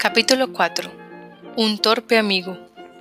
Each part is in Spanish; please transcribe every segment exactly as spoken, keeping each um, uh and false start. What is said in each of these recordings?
Capítulo cuatro. Un torpe amigo.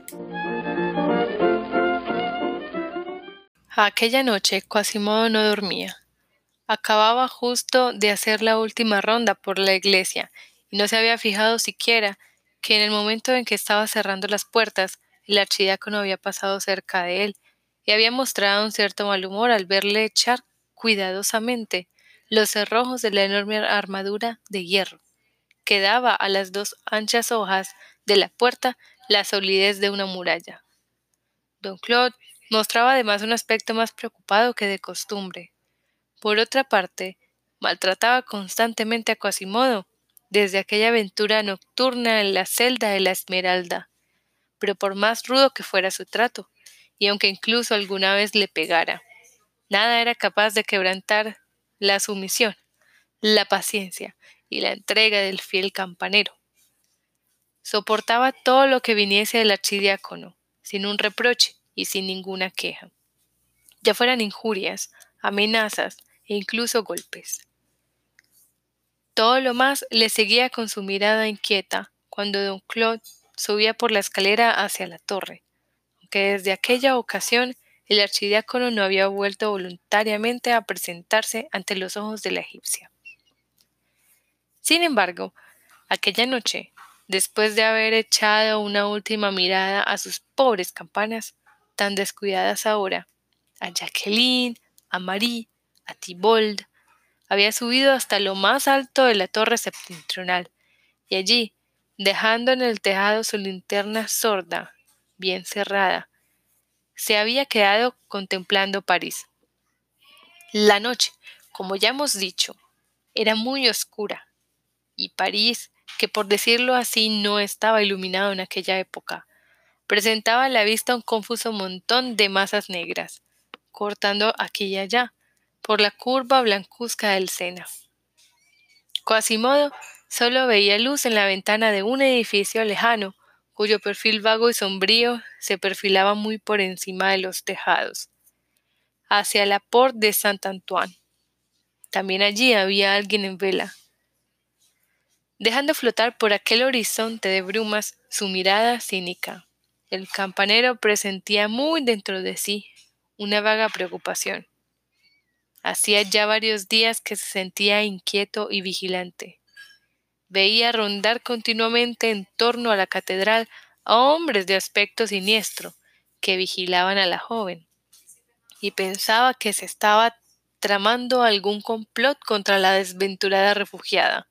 Aquella noche Quasimodo no dormía. Acababa justo de hacer la última ronda por la iglesia y no se había fijado siquiera que en el momento en que estaba cerrando las puertas, el archidiácono había pasado cerca de él y había mostrado un cierto mal humor al verle echar cuidadosamente los cerrojos de la enorme armadura de hierro que daba a las dos anchas hojas de la puerta la solidez de una muralla. Don Claude mostraba además un aspecto más preocupado que de costumbre. Por otra parte, maltrataba constantemente a Quasimodo desde aquella aventura nocturna en la celda de la Esmeralda, pero por más rudo que fuera su trato, y aunque incluso alguna vez le pegara, nada era capaz de quebrantar la sumisión, la paciencia y la entrega del fiel campanero. Soportaba todo lo que viniese del archidiácono, sin un reproche y sin ninguna queja, ya fueran injurias, amenazas e incluso golpes. Todo lo más le seguía con su mirada inquieta cuando don Claude subía por la escalera hacia la torre, aunque desde aquella ocasión el archidiácono no había vuelto voluntariamente a presentarse ante los ojos de la egipcia. Sin embargo, aquella noche, después de haber echado una última mirada a sus pobres campanas, tan descuidadas ahora, a Jacqueline, a Marie, a Thibauld, había subido hasta lo más alto de la torre septentrional, y allí, dejando en el tejado su linterna sorda, bien cerrada, se había quedado contemplando París. La noche, como ya hemos dicho, era muy oscura, y París, que por decirlo así no estaba iluminado en aquella época, presentaba a la vista un confuso montón de masas negras, cortando aquí y allá, por la curva blancuzca del Sena. Quasimodo solo veía luz en la ventana de un edificio lejano, cuyo perfil vago y sombrío se perfilaba muy por encima de los tejados, hacia la Porte de Saint-Antoine. También allí había alguien en vela, dejando flotar por aquel horizonte de brumas su mirada cínica. El campanero presentía muy dentro de sí una vaga preocupación. Hacía ya varios días que se sentía inquieto y vigilante. Veía rondar continuamente en torno a la catedral a hombres de aspecto siniestro que vigilaban a la joven, y pensaba que se estaba tramando algún complot contra la desventurada refugiada.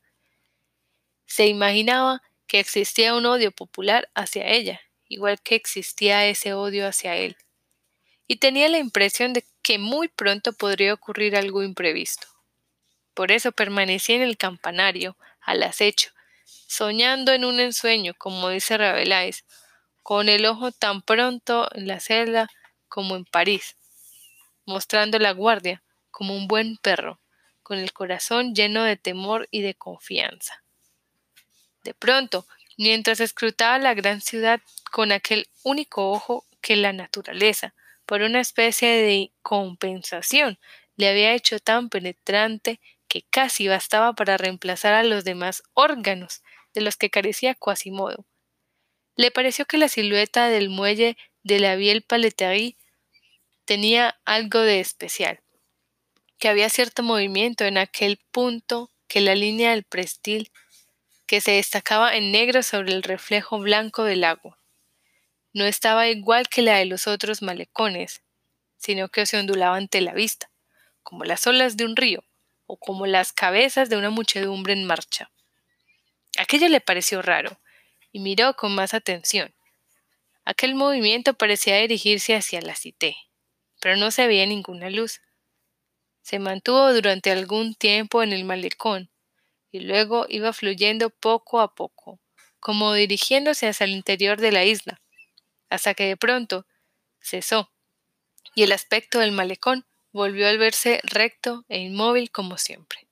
Se imaginaba que existía un odio popular hacia ella, igual que existía ese odio hacia él, y tenía la impresión de que muy pronto podría ocurrir algo imprevisto. Por eso permanecía en el campanario, al acecho, soñando en un ensueño, como dice Rabelais, con el ojo tan pronto en la celda como en París, mostrando la guardia como un buen perro, con el corazón lleno de temor y de confianza. De pronto, mientras escrutaba la gran ciudad con aquel único ojo que la naturaleza, por una especie de compensación, le había hecho tan penetrante que casi bastaba para reemplazar a los demás órganos de los que carecía Quasimodo, le pareció que la silueta del muelle de la Vieille Papeterie tenía algo de especial, que había cierto movimiento en aquel punto, que la línea del prestil que se destacaba en negro sobre el reflejo blanco del agua no estaba igual que la de los otros malecones, sino que se ondulaba ante la vista, como las olas de un río o como las cabezas de una muchedumbre en marcha. Aquello le pareció raro y miró con más atención. Aquel movimiento parecía dirigirse hacia la Cité, pero no se veía ninguna luz. Se mantuvo durante algún tiempo en el malecón y luego iba fluyendo poco a poco, como dirigiéndose hacia el interior de la isla, hasta que de pronto cesó y el aspecto del malecón volvió a verse recto e inmóvil como siempre.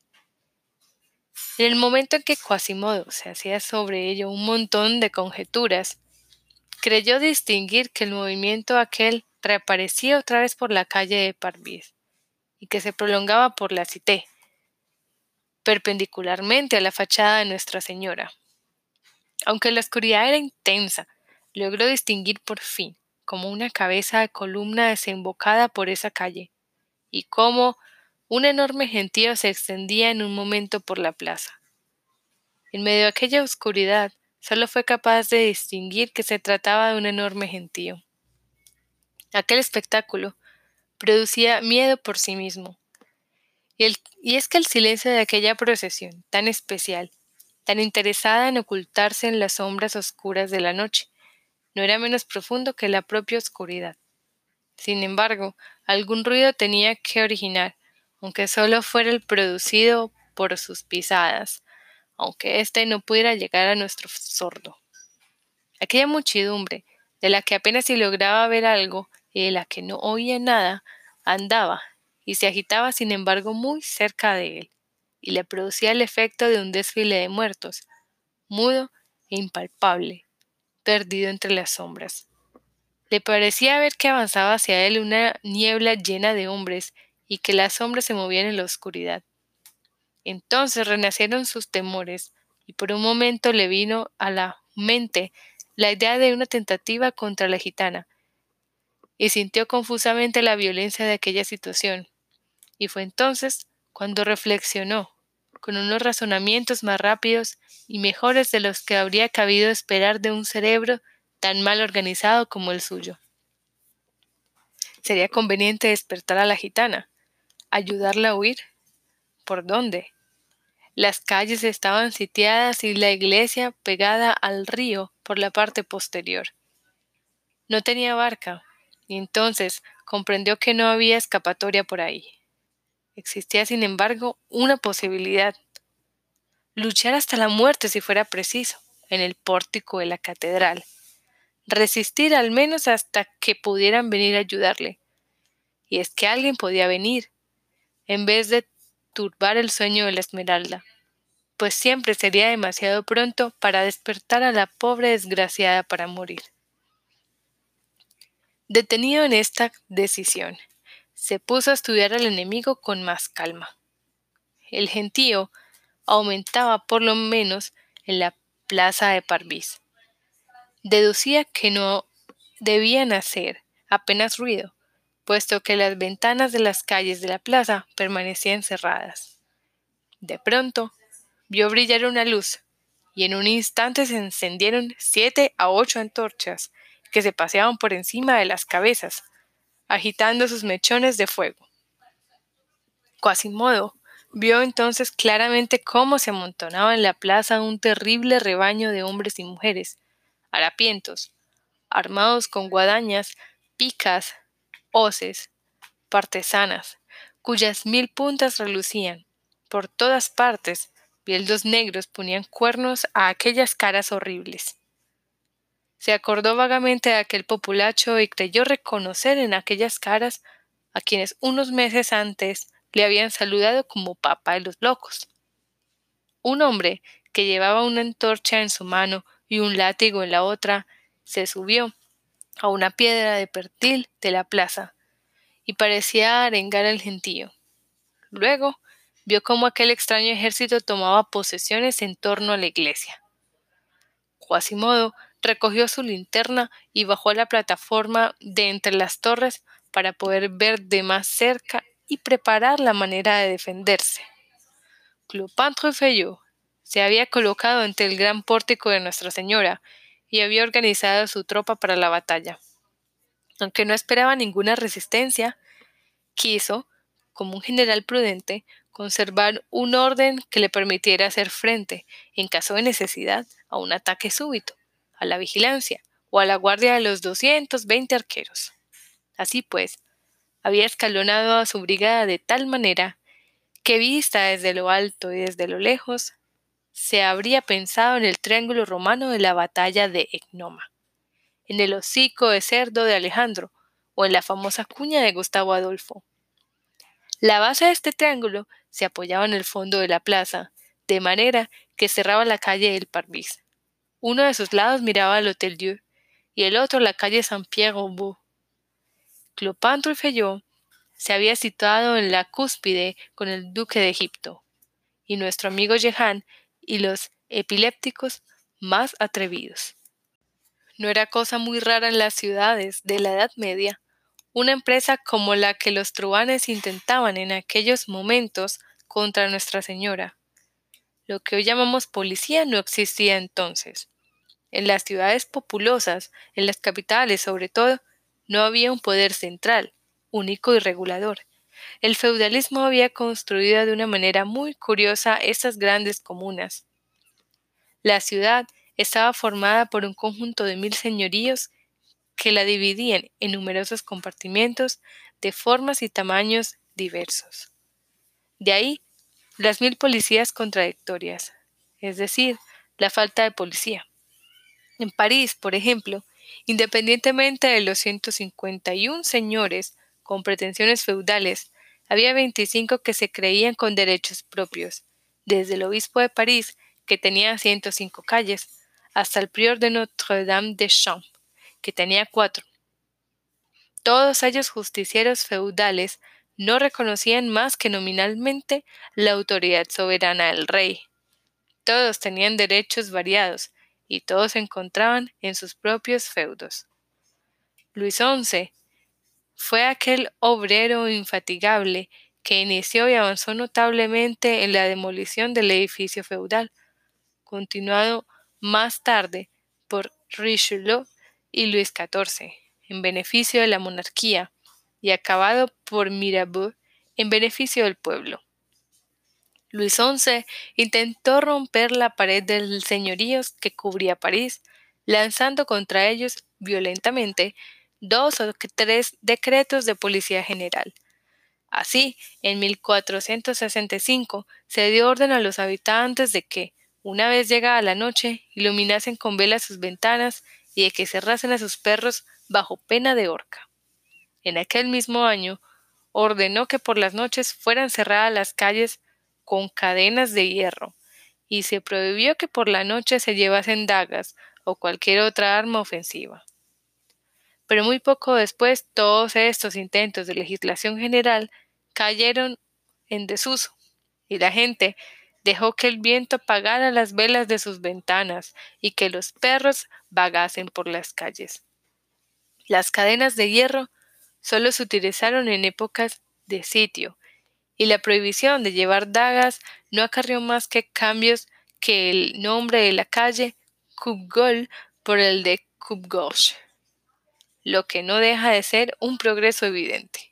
En el momento en que Quasimodo se hacía sobre ello un montón de conjeturas, creyó distinguir que el movimiento aquel reaparecía otra vez por la calle de Parvis y que se prolongaba por la Cité, perpendicularmente a la fachada de Nuestra Señora. Aunque la oscuridad era intensa, logró distinguir por fin como una cabeza de columna desembocada por esa calle, y cómo un enorme gentío se extendía en un momento por la plaza. En medio de aquella oscuridad, solo fue capaz de distinguir que se trataba de un enorme gentío. Aquel espectáculo producía miedo por sí mismo. Y, el, y es que el silencio de aquella procesión, tan especial, tan interesada en ocultarse en las sombras oscuras de la noche, no era menos profundo que la propia oscuridad. Sin embargo, algún ruido tenía que originar, aunque solo fuera el producido por sus pisadas, aunque éste no pudiera llegar a nuestro sordo. Aquella muchedumbre, de la que apenas si lograba ver algo y de la que no oía nada, andaba y se agitaba sin embargo muy cerca de él, y le producía el efecto de un desfile de muertos, mudo e impalpable, perdido entre las sombras. Le parecía ver que avanzaba hacia él una niebla llena de hombres y que las sombras se movían en la oscuridad. Entonces renacieron sus temores y por un momento le vino a la mente la idea de una tentativa contra la gitana, y sintió confusamente la violencia de aquella situación. Y fue entonces cuando reflexionó, con unos razonamientos más rápidos y mejores de los que habría cabido esperar de un cerebro tan mal organizado como el suyo. Sería conveniente despertar a la gitana, ayudarla a huir. ¿Por dónde? Las calles estaban sitiadas y la iglesia pegada al río por la parte posterior. No tenía barca, y entonces comprendió que no había escapatoria por ahí. Existía, sin embargo, una posibilidad: luchar hasta la muerte si fuera preciso, en el pórtico de la catedral. Resistir al menos hasta que pudieran venir a ayudarle. Y es que alguien podía venir, en vez de turbar el sueño de la Esmeralda, pues siempre sería demasiado pronto para despertar a la pobre desgraciada para morir. Detenido en esta decisión, se puso a estudiar al enemigo con más calma. El gentío aumentaba por lo menos en la plaza de Parvis. Deducía que no debían hacer apenas ruido, puesto que las ventanas de las calles de la plaza permanecían cerradas. De pronto, vio brillar una luz, y en un instante se encendieron siete a ocho antorchas que se paseaban por encima de las cabezas, agitando sus mechones de fuego. Quasimodo vio entonces claramente cómo se amontonaba en la plaza un terrible rebaño de hombres y mujeres, harapientos, armados con guadañas, picas, hoces, partesanas, cuyas mil puntas relucían. Por todas partes, bieldos negros ponían cuernos a aquellas caras horribles. Se acordó vagamente de aquel populacho y creyó reconocer en aquellas caras a quienes unos meses antes le habían saludado como Papa de los locos. Un hombre que llevaba una antorcha en su mano y un látigo en la otra se subió a una piedra de pertil de la plaza y parecía arengar al gentío. Luego vio cómo aquel extraño ejército tomaba posesiones en torno a la iglesia. Quasimodo recogió su linterna y bajó a la plataforma de entre las torres para poder ver de más cerca y preparar la manera de defenderse. Cleopatre Feydeau se había colocado ante el gran pórtico de Nuestra Señora y había organizado su tropa para la batalla. Aunque no esperaba ninguna resistencia, quiso, como un general prudente, conservar un orden que le permitiera hacer frente, en caso de necesidad, a un ataque súbito, a la vigilancia o a la guardia de los doscientos veinte arqueros. Así pues, había escalonado a su brigada de tal manera que, vista desde lo alto y desde lo lejos, se habría pensado en el triángulo romano de la batalla de Ecnoma, en el hocico de cerdo de Alejandro o en la famosa cuña de Gustavo Adolfo. La base de este triángulo se apoyaba en el fondo de la plaza, de manera que cerraba la calle del Parvis. Uno de sus lados miraba al Hotel-Dieu y el otro la calle Saint-Pierre-aux-Bois. Cleopatre Feydeau se había situado en la cúspide con el duque de Egipto, y nuestro amigo Jehan y los epilépticos más atrevidos. No era cosa muy rara en las ciudades de la Edad Media una empresa como la que los truhanes intentaban en aquellos momentos contra Nuestra Señora. Lo que hoy llamamos policía no existía entonces. En las ciudades populosas, en las capitales sobre todo, no había un poder central, único y regulador. El feudalismo había construido de una manera muy curiosa estas grandes comunas. La ciudad estaba formada por un conjunto de mil señoríos que la dividían en numerosos compartimientos de formas y tamaños diversos. De ahí las mil policías contradictorias, es decir, la falta de policía. En París, por ejemplo, independientemente de los ciento cincuenta y uno señores con pretensiones feudales, había veinticinco que se creían con derechos propios, desde el obispo de París, que tenía ciento cinco calles, hasta el prior de Notre-Dame-des-Champs, que tenía cuatro. Todos ellos justicieros feudales no reconocían más que nominalmente la autoridad soberana del rey. Todos tenían derechos variados y todos se encontraban en sus propios feudos. Luis once fue aquel obrero infatigable que inició y avanzó notablemente en la demolición del edificio feudal, continuado más tarde por Richelieu y Luis catorce, en beneficio de la monarquía, y acabado por Mirabeau en beneficio del pueblo. Luis once intentó romper la pared de señoríos que cubría París, lanzando contra ellos violentamente dos o tres decretos de policía general. Así, en mil cuatrocientos sesenta y cinco se dio orden a los habitantes de que, una vez llegada la noche, iluminasen con velas sus ventanas y de que cerrasen a sus perros bajo pena de horca. En aquel mismo año, ordenó que por las noches fueran cerradas las calles con cadenas de hierro, y se prohibió que por la noche se llevasen dagas o cualquier otra arma ofensiva. Pero muy poco después todos estos intentos de legislación general cayeron en desuso, y la gente dejó que el viento apagara las velas de sus ventanas y que los perros vagasen por las calles. Las cadenas de hierro solo se utilizaron en épocas de sitio, y la prohibición de llevar dagas no acarreó más que cambios que el nombre de la calle Coupe-Gaulle por el de Coupe-Gorge, lo que no deja de ser un progreso evidente.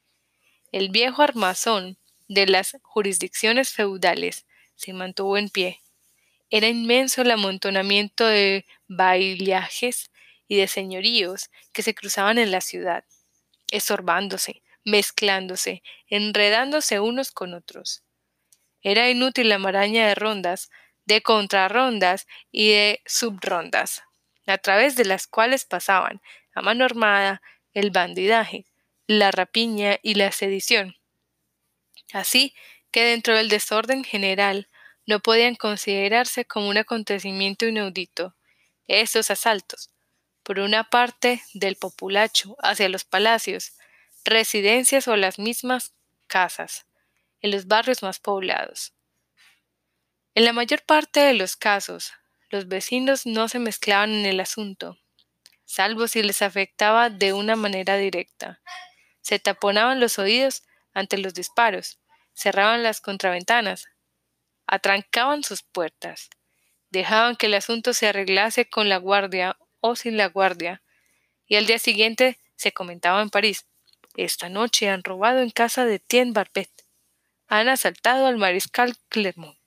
El viejo armazón de las jurisdicciones feudales se mantuvo en pie. Era inmenso el amontonamiento de bailliages y de señoríos que se cruzaban en la ciudad, estorbándose, mezclándose, enredándose unos con otros. Era inútil la maraña de rondas, de contrarrondas y de subrondas, a través de las cuales pasaban, a mano armada, el bandidaje, la rapiña y la sedición. Así que dentro del desorden general no podían considerarse como un acontecimiento inaudito estos asaltos, por una parte del populacho hacia los palacios, residencias o las mismas casas, en los barrios más poblados. En la mayor parte de los casos, los vecinos no se mezclaban en el asunto, salvo si les afectaba de una manera directa. Se taponaban los oídos ante los disparos, cerraban las contraventanas, atrancaban sus puertas, dejaban que el asunto se arreglase con la guardia o sin la guardia, y al día siguiente se comentaba en París: esta noche han robado en casa de Etienne Barbet, han asaltado al mariscal Clermont.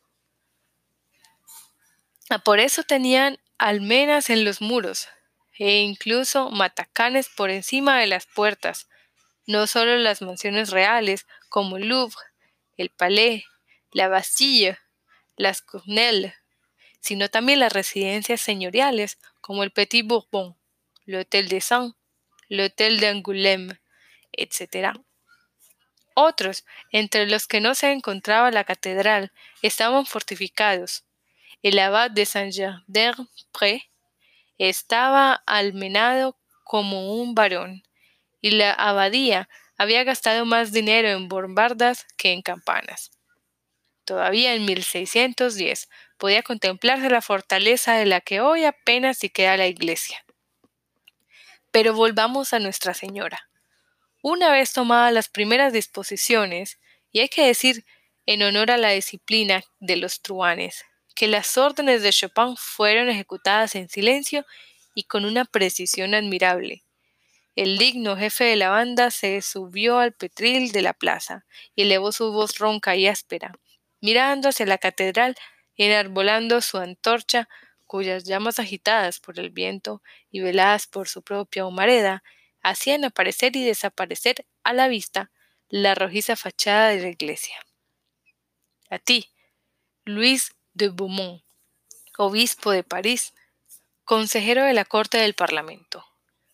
Ah, por eso tenían almenas en los muros, e incluso matacanes por encima de las puertas, no solo las mansiones reales como el Louvre, el Palais, la Bastille, las Cournelles, sino también las residencias señoriales como el Petit Bourbon, el Hôtel de Sens, el Hôtel d'Angoulême, etcétera. Otros, entre los que no se encontraba la catedral, estaban fortificados. El abad de Saint-Germain-des-Prés estaba almenado como un barón, y la abadía había gastado más dinero en bombardas que en campanas. Todavía en mil seiscientos diez podía contemplarse la fortaleza de la que hoy apenas si queda la iglesia. Pero volvamos a Nuestra Señora. Una vez tomadas las primeras disposiciones, y hay que decir, en honor a la disciplina de los truhanes, que las órdenes de Chopin fueron ejecutadas en silencio y con una precisión admirable. El digno jefe de la banda se subió al petril de la plaza y elevó su voz ronca y áspera, mirando hacia la catedral y enarbolando su antorcha, cuyas llamas agitadas por el viento y veladas por su propia humareda, hacían aparecer y desaparecer a la vista la rojiza fachada de la iglesia. A ti, Luis de Beaumont, obispo de París, consejero de la corte del Parlamento.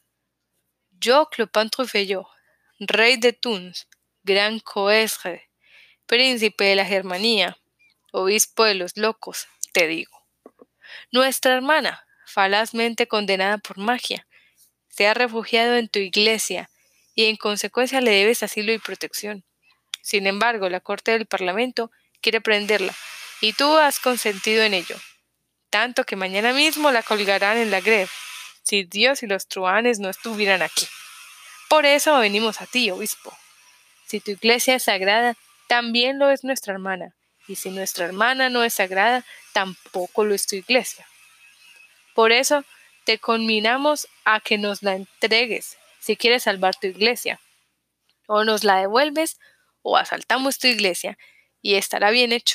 Yo, Clopin Trouffillot, rey de Thunes, gran coesre, príncipe de la Germanía, obispo de los locos, te digo. Nuestra hermana, falazmente condenada por magia, se ha refugiado en tu iglesia y en consecuencia le debes asilo y protección. Sin embargo, la corte del Parlamento quiere prenderla y tú has consentido en ello, tanto que mañana mismo la colgarán en la greve, si Dios y los truhanes no estuvieran aquí. Por eso venimos a ti, obispo. Si tu iglesia es sagrada, también lo es nuestra hermana, y si nuestra hermana no es sagrada, tampoco lo es tu iglesia. Por eso te conminamos a que nos la entregues, si quieres salvar tu iglesia. O nos la devuelves, o asaltamos tu iglesia, y estará bien hecho.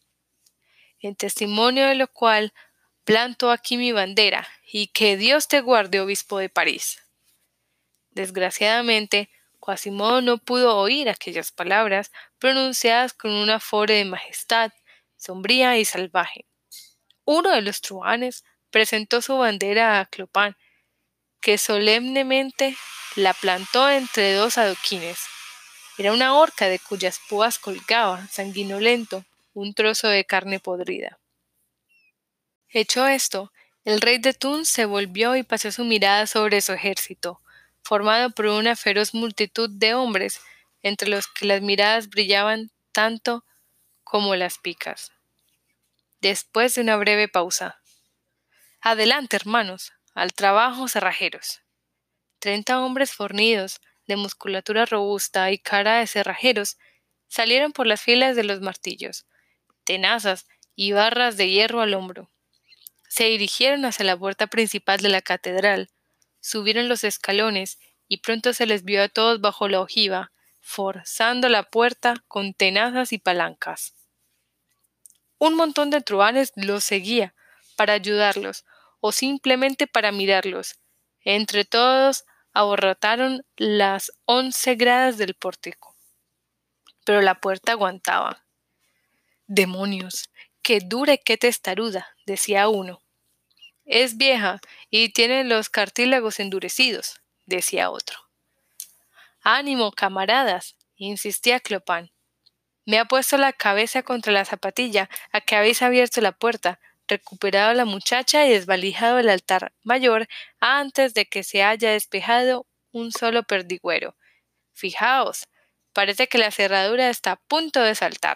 En testimonio de lo cual, planto aquí mi bandera, y que Dios te guarde, obispo de París. Desgraciadamente, Quasimodo no pudo oír aquellas palabras pronunciadas con una fore de majestad, sombría y salvaje. Uno de los truhanes presentó su bandera a Clopin, que solemnemente la plantó entre dos adoquines. Era una horca de cuyas púas colgaba, sanguinolento, un trozo de carne podrida. Hecho esto, el rey de Thunes se volvió y pasó su mirada sobre su ejército, formado por una feroz multitud de hombres, entre los que las miradas brillaban tanto como las picas. Después de una breve pausa: «Adelante, hermanos, al trabajo, cerrajeros». Treinta hombres fornidos, de musculatura robusta y cara de cerrajeros, salieron por las filas de los martillos, tenazas y barras de hierro al hombro. Se dirigieron hacia la puerta principal de la catedral, subieron los escalones y pronto se les vio a todos bajo la ojiva, forzando la puerta con tenazas y palancas. Un montón de truhanes los seguía para ayudarlos o simplemente para mirarlos. Entre todos abarrotaron las once gradas del pórtico. Pero la puerta aguantaba. «¡Demonios! ¡Qué dura y qué testaruda!», decía uno. «Es vieja y tiene los cartílagos endurecidos», decía otro. «Ánimo, camaradas», insistía Clopin. «Me ha puesto la cabeza contra la zapatilla a que habéis abierto la puerta, recuperado a la muchacha y desvalijado el altar mayor antes de que se haya despejado un solo perdigüero. Fijaos, parece que la cerradura está a punto de saltar».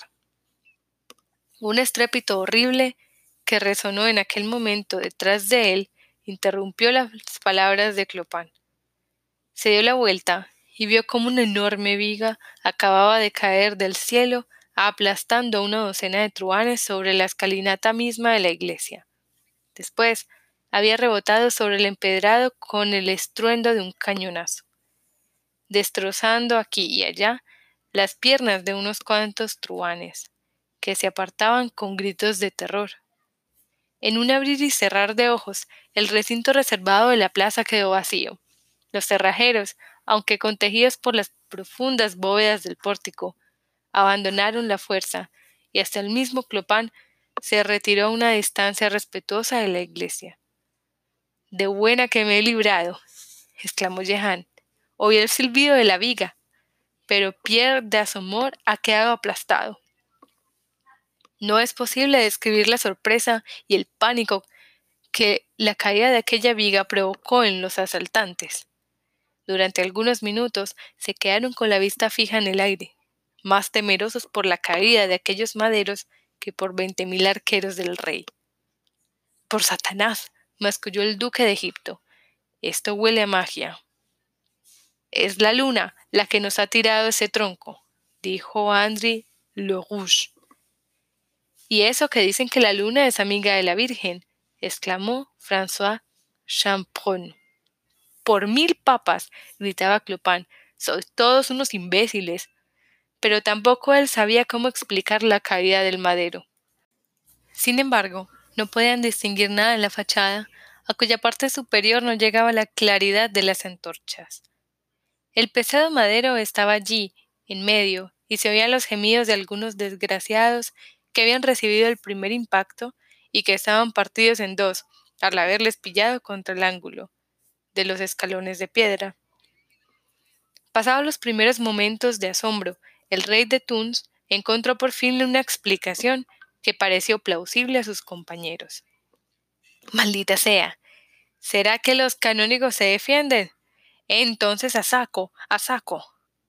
Un estrépito horrible que resonó en aquel momento detrás de él interrumpió las palabras de Clopin. Se dio la vuelta y vio cómo una enorme viga acababa de caer del cielo, aplastando a una docena de truhanes sobre la escalinata misma de la iglesia. Después había rebotado sobre el empedrado con el estruendo de un cañonazo, destrozando aquí y allá las piernas de unos cuantos truhanes, que se apartaban con gritos de terror. En un abrir y cerrar de ojos, el recinto reservado de la plaza quedó vacío. Los cerrajeros, aunque contegidos por las profundas bóvedas del pórtico, abandonaron la fuerza, y hasta el mismo Clopin se retiró a una distancia respetuosa de la iglesia. «De buena que me he librado», exclamó Jehan. «Oí el silbido de la viga, pero Pierre de Asomor ha quedado aplastado». No es posible describir la sorpresa y el pánico que la caída de aquella viga provocó en los asaltantes. Durante algunos minutos se quedaron con la vista fija en el aire, más temerosos por la caída de aquellos maderos que por veinte mil arqueros del rey. «Por Satanás», masculló el duque de Egipto, «esto huele a magia». «Es la luna la que nos ha tirado ese tronco», dijo Andry le Rouge. «Y eso que dicen que la luna es amiga de la Virgen», exclamó François Champrun. «Por mil papas», gritaba Clopin, «sois todos unos imbéciles». Pero tampoco él sabía cómo explicar la caída del madero. Sin embargo, no podían distinguir nada en la fachada, a cuya parte superior no llegaba la claridad de las antorchas. El pesado madero estaba allí, en medio, y se oían los gemidos de algunos desgraciados que habían recibido el primer impacto y que estaban partidos en dos, al haberles pillado contra el ángulo de los escalones de piedra. Pasados los primeros momentos de asombro, el rey de Túnez encontró por fin una explicación que pareció plausible a sus compañeros. «Maldita sea, ¿será que los canónigos se defienden? Entonces a saco, a saco».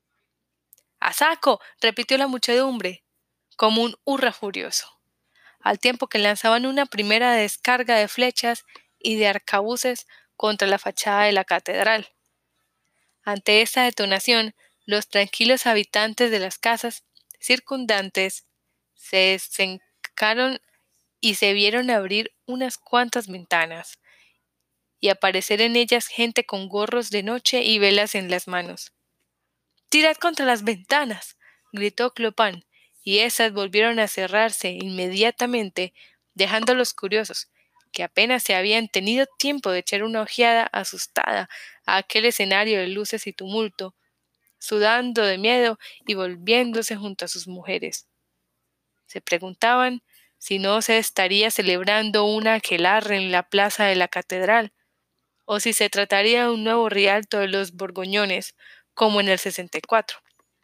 «¡A saco!», repitió la muchedumbre, como un hurra furioso, al tiempo que lanzaban una primera descarga de flechas y de arcabuces contra la fachada de la catedral. Ante esta detonación, los tranquilos habitantes de las casas circundantes se desencajaron y se vieron abrir unas cuantas ventanas y aparecer en ellas gente con gorros de noche y velas en las manos. «¡Tirad contra las ventanas!», gritó Clopin, y éstas volvieron a cerrarse inmediatamente, dejando a los curiosos, que apenas se habían tenido tiempo de echar una ojeada asustada a aquel escenario de luces y tumulto, sudando de miedo y volviéndose junto a sus mujeres. Se preguntaban si no se estaría celebrando una aquelarre en la plaza de la catedral, o si se trataría de un nuevo rialto de los borgoñones, como en el sesenta y cuatro.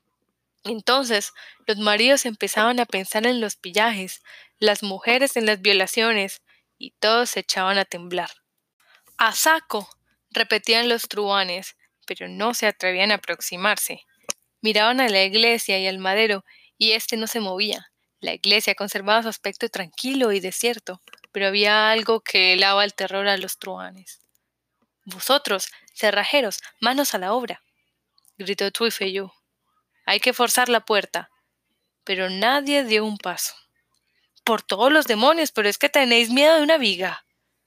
Entonces, los maridos empezaban a pensar en los pillajes, las mujeres en las violaciones, y todos se echaban a temblar. «¡A saco!», repetían los truhanes, pero no se atrevían a aproximarse. Miraban a la iglesia y al madero, y éste no se movía. La iglesia conservaba su aspecto tranquilo y desierto, pero había algo que helaba el terror a los truhanes. «Vosotros, cerrajeros, manos a la obra», gritó Trouillefou. «Hay que forzar la puerta». Pero nadie dio un paso. «Por todos los demonios, pero es que tenéis miedo de una viga».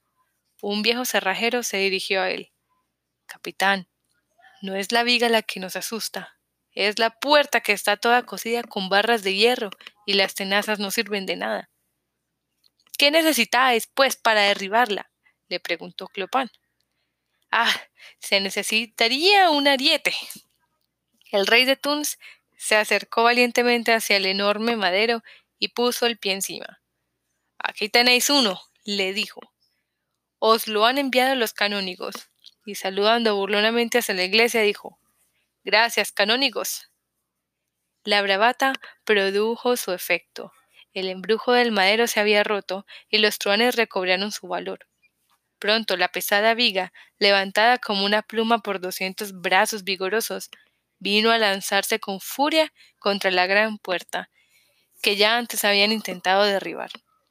Un viejo cerrajero se dirigió a él. «Capitán, no es la viga la que nos asusta. Es la puerta, que está toda cosida con barras de hierro y las tenazas no sirven de nada». «¿Qué necesitáis, pues, para derribarla?», le preguntó Clopin. «Ah, se necesitaría un ariete». El rey de Túnez se acercó valientemente hacia el enorme madero y puso el pie encima. «Aquí tenéis uno», le dijo. «Os lo han enviado los canónigos». Y saludando burlonamente hacia la iglesia dijo: «Gracias, canónigos». La bravata produjo su efecto. El embrujo del madero se había roto y los truhanes recobraron su valor. Pronto la pesada viga, levantada como una pluma por doscientos brazos vigorosos, vino a lanzarse con furia contra la gran puerta, que ya antes habían intentado derribar.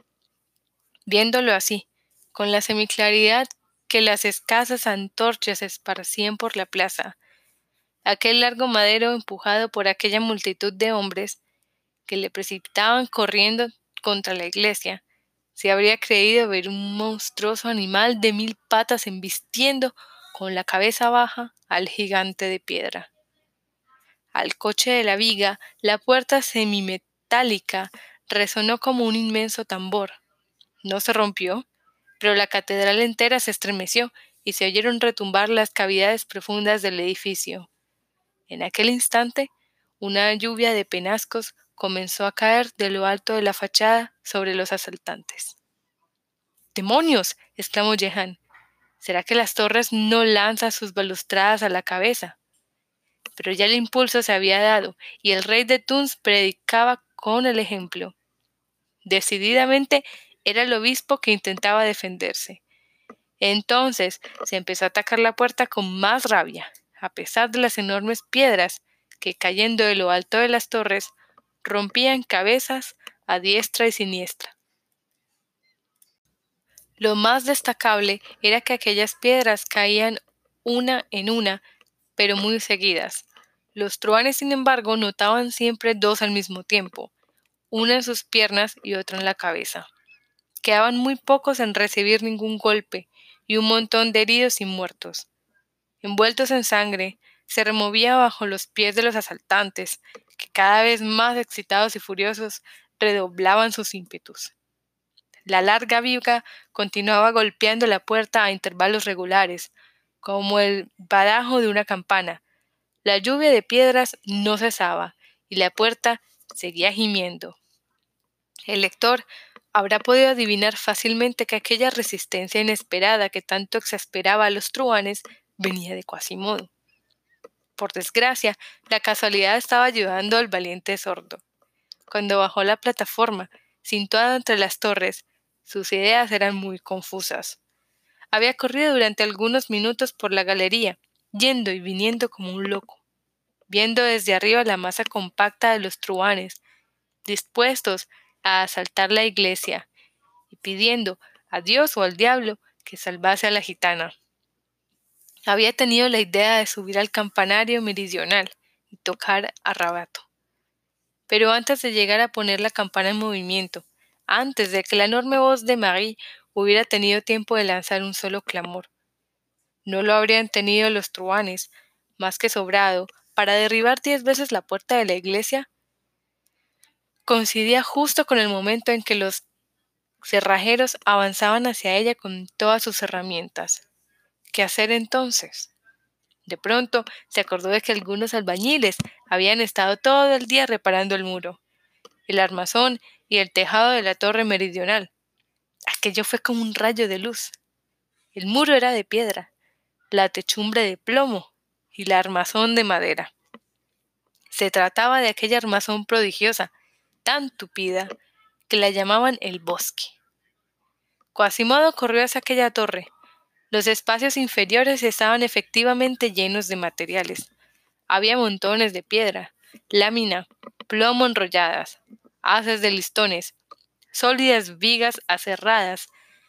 Viéndolo así, con la semiclaridad que las escasas antorchas esparcían por la plaza, aquel largo madero empujado por aquella multitud de hombres que le precipitaban corriendo contra la iglesia, se habría creído ver un monstruoso animal de mil patas embistiendo con la cabeza baja al gigante de piedra. Al coche de la viga, la puerta semimetálica resonó como un inmenso tambor. No se rompió, pero la catedral entera se estremeció y se oyeron retumbar las cavidades profundas del edificio. En aquel instante, una lluvia de penascos comenzó a caer de lo alto de la fachada sobre los asaltantes. «¡Demonios!», exclamó Jehan. «¿Será que las torres no lanzan sus balustradas a la cabeza?». Pero ya el impulso se había dado, y el rey de Túnez predicaba con el ejemplo. Decididamente era el obispo que intentaba defenderse. Entonces se empezó a atacar la puerta con más rabia, a pesar de las enormes piedras que, cayendo de lo alto de las torres, rompían cabezas a diestra y siniestra. Lo más destacable era que aquellas piedras caían una en una, pero muy seguidas. Los truhanes, sin embargo, notaban siempre dos al mismo tiempo, una en sus piernas y otra en la cabeza. Quedaban muy pocos en recibir ningún golpe y un montón de heridos y muertos. Envueltos en sangre, se removía bajo los pies de los asaltantes, que cada vez más excitados y furiosos redoblaban sus ímpetus. La larga viga continuaba golpeando la puerta a intervalos regulares, como el badajo de una campana. La lluvia de piedras no cesaba y la puerta seguía gimiendo. El lector habrá podido adivinar fácilmente que aquella resistencia inesperada que tanto exasperaba a los truhanes venía de Quasimodo. Por desgracia, la casualidad estaba ayudando al valiente sordo. Cuando bajó la plataforma, situada entre las torres, sus ideas eran muy confusas. Había corrido durante algunos minutos por la galería, yendo y viniendo como un loco, viendo desde arriba la masa compacta de los truhanes, dispuestos a asaltar la iglesia, y pidiendo a Dios o al diablo que salvase a la gitana. Había tenido la idea de subir al campanario meridional y tocar a rabato. Pero antes de llegar a poner la campana en movimiento, antes de que la enorme voz de Marie hubiera tenido tiempo de lanzar un solo clamor, no lo habrían tenido los truhanes, más que sobrado, para derribar diez veces la puerta de la iglesia. Coincidía justo con el momento en que los cerrajeros avanzaban hacia ella con todas sus herramientas. ¿Qué hacer entonces? De pronto se acordó de que algunos albañiles habían estado todo el día reparando el muro, el armazón y el tejado de la torre meridional. Aquello fue como un rayo de luz. El muro era de piedra, la techumbre de plomo y la armazón de madera. Se trataba de aquella armazón prodigiosa, tan tupida, que la llamaban el bosque. Quasimodo corrió hacia aquella torre. Los espacios inferiores estaban efectivamente llenos de materiales. Había montones de piedra, lámina, plomo enrolladas, haces de listones, sólidas vigas aserradas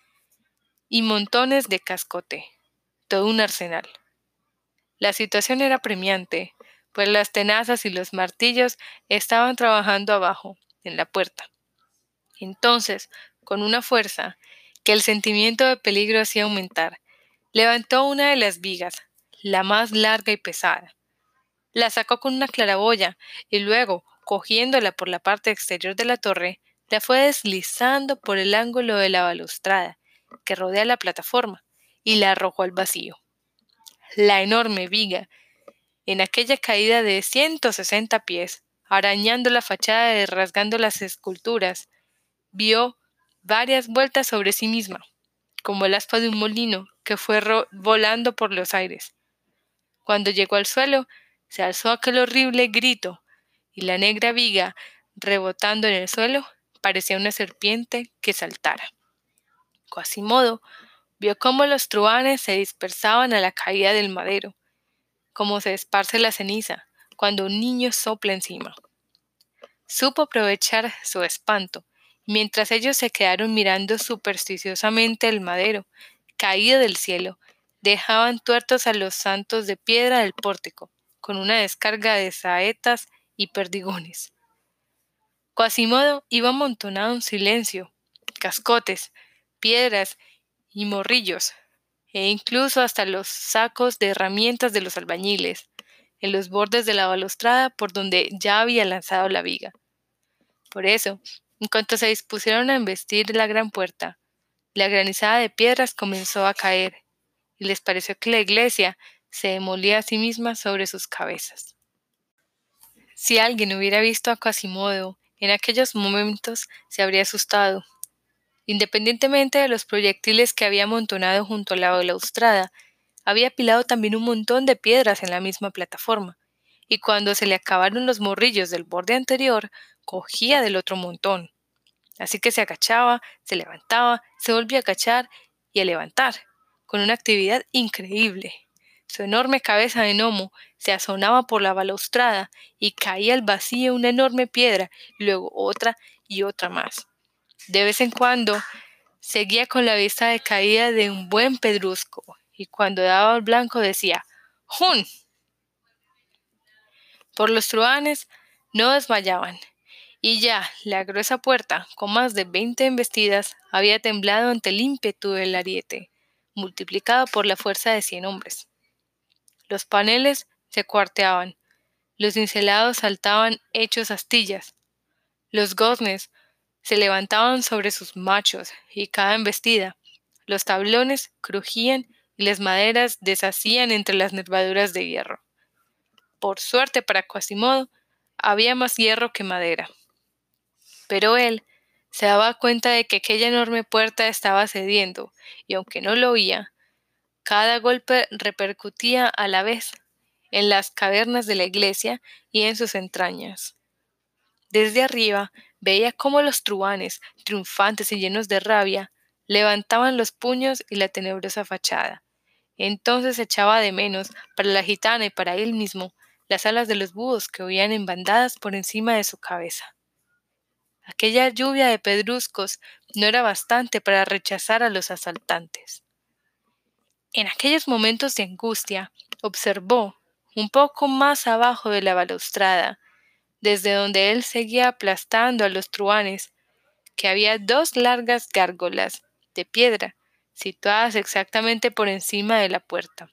y montones de cascote. Todo un arsenal. La situación era apremiante, pues las tenazas y los martillos estaban trabajando abajo, en la puerta. Entonces, con una fuerza que el sentimiento de peligro hacía aumentar, levantó una de las vigas, la más larga y pesada. La sacó con una claraboya y luego, cogiéndola por la parte exterior de la torre, la fue deslizando por el ángulo de la balustrada que rodea la plataforma y la arrojó al vacío. La enorme viga, en aquella caída de ciento sesenta pies, arañando la fachada y rasgando las esculturas, dio varias vueltas sobre sí misma, como el aspa de un molino que fue volando por los aires. Cuando llegó al suelo, se alzó aquel horrible grito, y la negra viga, rebotando en el suelo, parecía una serpiente que saltara. Quasimodo vio cómo los truhanes se dispersaban a la caída del madero, como se esparce la ceniza cuando un niño sopla encima. Supo aprovechar su espanto, mientras ellos se quedaron mirando supersticiosamente el madero, caído del cielo, dejaban tuertos a los santos de piedra del pórtico, con una descarga de saetas y perdigones. Quasimodo iba amontonado en silencio, cascotes, piedras y morrillos, e incluso hasta los sacos de herramientas de los albañiles, en los bordes de la balustrada por donde ya había lanzado la viga. Por eso, en cuanto se dispusieron a embestir la gran puerta, la granizada de piedras comenzó a caer, y les pareció que la iglesia se demolía a sí misma sobre sus cabezas. Si alguien hubiera visto a Quasimodo en aquellos momentos, se habría asustado. Independientemente de los proyectiles que había amontonado junto a la balaustrada, había apilado también un montón de piedras en la misma plataforma, y cuando se le acabaron los morrillos del borde anterior, cogía del otro montón. Así que se agachaba, se levantaba, se volvía a agachar y a levantar, con una actividad increíble. Su enorme cabeza de gnomo se asomaba por la balaustrada y caía al vacío una enorme piedra, y luego otra y otra más. De vez en cuando seguía con la vista decaída de un buen pedrusco, y cuando daba al blanco decía ¡Jun! Por los truhanes no desmayaban, y ya la gruesa puerta, con más de veinte embestidas, había temblado ante el ímpetu del ariete, multiplicado por la fuerza de cien hombres. Los paneles se cuarteaban, los cincelados saltaban hechos astillas, los goznes se levantaban sobre sus machos y cada embestida, los tablones crujían y las maderas deshacían entre las nervaduras de hierro. Por suerte para Quasimodo, había más hierro que madera. Pero él se daba cuenta de que aquella enorme puerta estaba cediendo, y aunque no lo oía, cada golpe repercutía a la vez en las cavernas de la iglesia y en sus entrañas. Desde arriba veía cómo los truhanes, triunfantes y llenos de rabia, levantaban los puños y la tenebrosa fachada. Entonces echaba de menos, para la gitana y para él mismo, las alas de los búhos que huían en bandadas por encima de su cabeza. Aquella lluvia de pedruscos no era bastante para rechazar a los asaltantes. En aquellos momentos de angustia, observó, un poco más abajo de la balaustrada, desde donde él seguía aplastando a los truhanes, que había dos largas gárgolas de piedra situadas exactamente por encima de la puerta.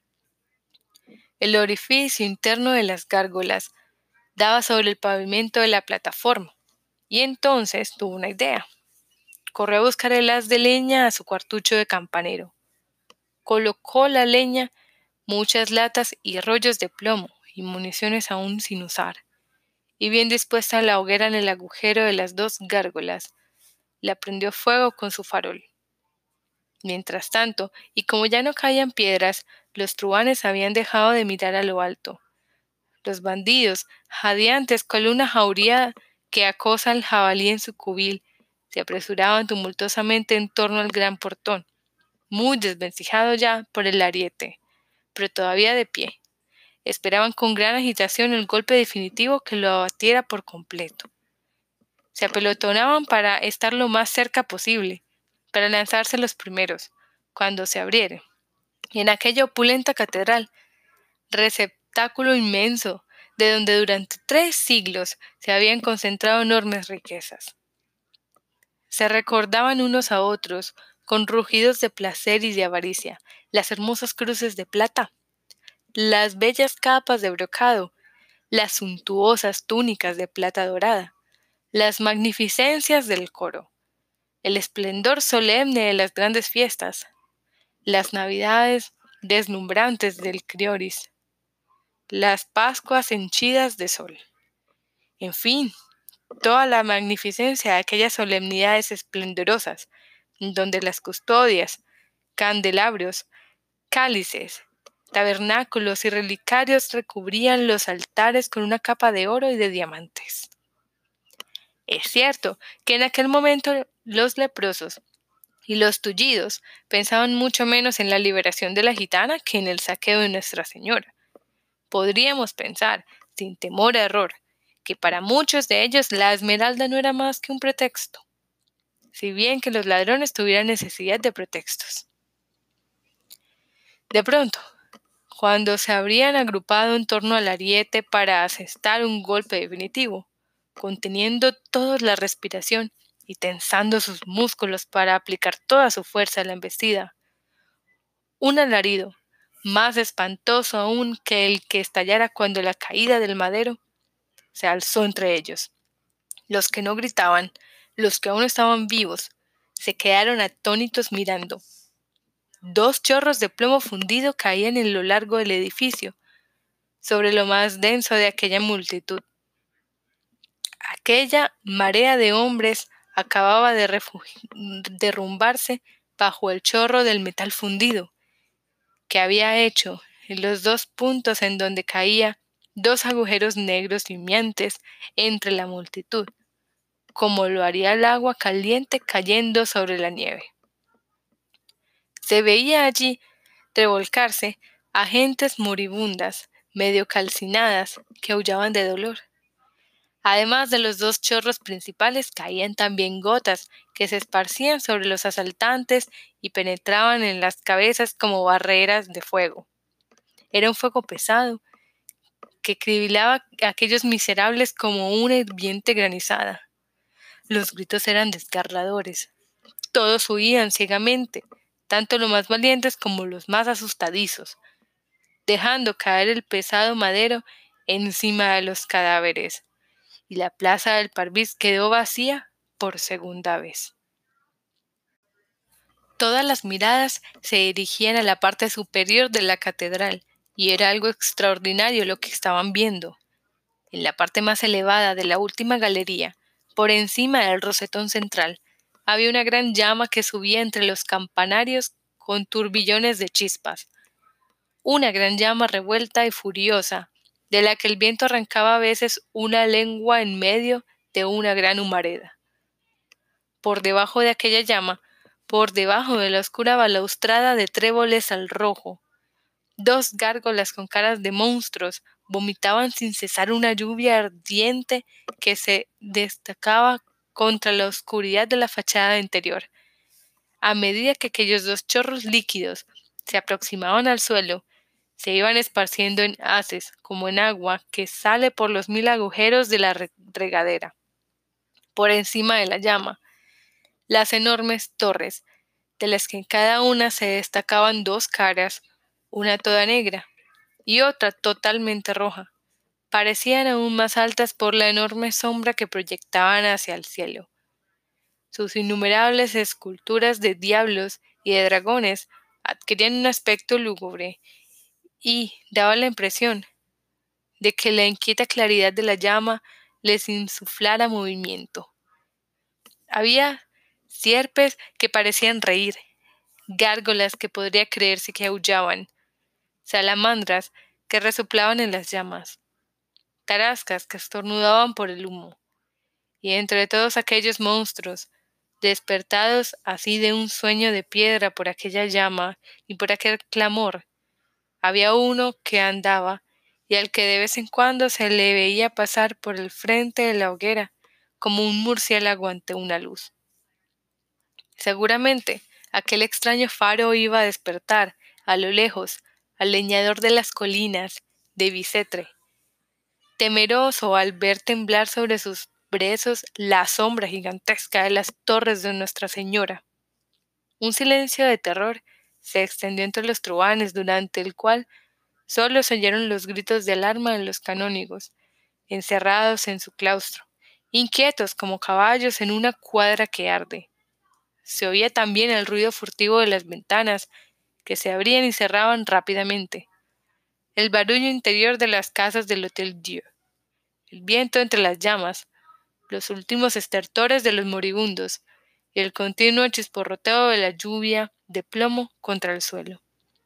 El orificio interno de las gárgolas daba sobre el pavimento de la plataforma, y entonces tuvo una idea. Corrió a buscar el haz de leña a su cuartucho de campanero. Colocó la leña, muchas latas y rollos de plomo y municiones aún sin usar, y bien dispuesta la hoguera en el agujero de las dos gárgolas, la prendió fuego con su farol. Mientras tanto, y como ya no caían piedras, los truhanes habían dejado de mirar a lo alto. Los bandidos, jadeantes cual una jauría que acosa al jabalí en su cubil, se apresuraban tumultuosamente en torno al gran portón, muy desvencijado ya por el ariete, pero todavía de pie. Esperaban con gran agitación el golpe definitivo que lo abatiera por completo. Se apelotonaban para estar lo más cerca posible, para lanzarse los primeros, cuando se abriera. Y en aquella opulenta catedral, receptáculo inmenso, de donde durante tres siglos se habían concentrado enormes riquezas. Se recordaban unos a otros, con rugidos de placer y de avaricia, las hermosas cruces de plata, las bellas capas de brocado, las suntuosas túnicas de plata dorada, las magnificencias del coro, el esplendor solemne de las grandes fiestas, las navidades deslumbrantes del crioris, las pascuas henchidas de sol. En fin, toda la magnificencia de aquellas solemnidades esplendorosas, donde las custodias, candelabros, cálices, tabernáculos y relicarios recubrían los altares con una capa de oro y de diamantes. Es cierto que en aquel momento los leprosos y los tullidos pensaban mucho menos en la liberación de la gitana que en el saqueo de Nuestra Señora. Podríamos pensar, sin temor a error, que para muchos de ellos la esmeralda no era más que un pretexto, si bien que los ladrones tuvieran necesidad de pretextos. De pronto, cuando se habrían agrupado en torno al ariete para asestar un golpe definitivo, conteniendo todos la respiración y tensando sus músculos para aplicar toda su fuerza a la embestida, un alarido, más espantoso aún que el que estallara cuando la caída del madero, se alzó entre ellos. Los que no gritaban, los que aún estaban vivos, se quedaron atónitos mirando. Dos chorros de plomo fundido caían en lo largo del edificio, sobre lo más denso de aquella multitud. Aquella marea de hombres acababa de derrumbarse bajo el chorro del metal fundido, que había hecho en los dos puntos en donde caía dos agujeros negros gimientes entre la multitud, como lo haría el agua caliente cayendo sobre la nieve. Se veía allí revolcarse a gentes moribundas, medio calcinadas, que aullaban de dolor. Además de los dos chorros principales, caían también gotas que se esparcían sobre los asaltantes y penetraban en las cabezas como barreras de fuego. Era un fuego pesado, que cribilaba a aquellos miserables como una hirviente granizada. Los gritos eran desgarradores. Todos huían ciegamente, tanto los más valientes como los más asustadizos, dejando caer el pesado madero encima de los cadáveres, y la plaza del Parvis quedó vacía por segunda vez. Todas las miradas se dirigían a la parte superior de la catedral, y era algo extraordinario lo que estaban viendo. En la parte más elevada de la última galería, por encima del rosetón central, había una gran llama que subía entre los campanarios con turbillones de chispas. Una gran llama revuelta y furiosa, de la que el viento arrancaba a veces una lengua en medio de una gran humareda. Por debajo de aquella llama, por debajo de la oscura balaustrada de tréboles al rojo, dos gárgolas con caras de monstruos vomitaban sin cesar una lluvia ardiente que se destacaba contra la oscuridad de la fachada interior. A medida que aquellos dos chorros líquidos se aproximaban al suelo, se iban esparciendo en haces, como en agua que sale por los mil agujeros de la regadera. Por encima de la llama, las enormes torres, de las que en cada una se destacaban dos caras, una toda negra y otra totalmente roja, parecían aún más altas por la enorme sombra que proyectaban hacia el cielo. Sus innumerables esculturas de diablos y de dragones adquirían un aspecto lúgubre y daba la impresión de que la inquieta claridad de la llama les insuflara movimiento. Había sierpes que parecían reír, gárgolas que podría creerse que aullaban, salamandras que resoplaban en las llamas, tarascas que estornudaban por el humo, y entre todos aquellos monstruos, despertados así de un sueño de piedra por aquella llama y por aquel clamor, había uno que andaba y al que de vez en cuando se le veía pasar por el frente de la hoguera como un murciélago ante una luz. Seguramente aquel extraño faro iba a despertar, a lo lejos, al leñador de las colinas de Bicetre, temeroso al ver temblar sobre sus brezos la sombra gigantesca de las torres de Nuestra Señora. Un silencio de terror se extendió entre los truhanes, durante el cual solo se oyeron los gritos de alarma de los canónigos, encerrados en su claustro, inquietos como caballos en una cuadra que arde. Se oía también el ruido furtivo de las ventanas, que se abrían y cerraban rápidamente, el barullo interior de las casas del Hotel Dieu, el viento entre las llamas, los últimos estertores de los moribundos y el continuo chisporroteo de la lluvia de plomo contra el suelo.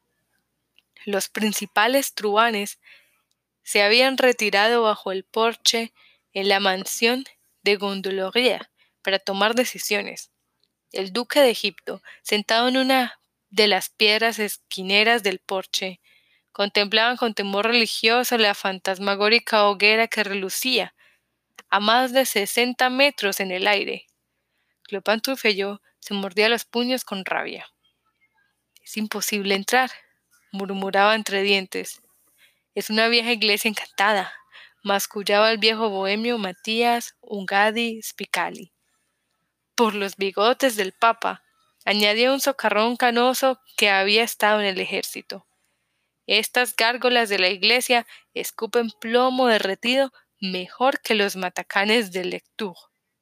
Los principales truhanes se habían retirado bajo el porche en la mansión de Gondelaurier para tomar decisiones. El duque de Egipto, sentado en una de las piedras esquineras del porche, contemplaba con temor religioso la fantasmagórica hoguera que relucía a más de sesenta metros en el aire. Clopin Trouffillot se mordía los puños con rabia. «Es imposible entrar», murmuraba entre dientes. «Es una vieja iglesia encantada», mascullaba el viejo bohemio Matías Ungadi Spicali. «Por los bigotes del Papa», añadía un socarrón canoso que había estado en el ejército. «Estas gárgolas de la iglesia escupen plomo derretido mejor que los matacanes de Lectoure.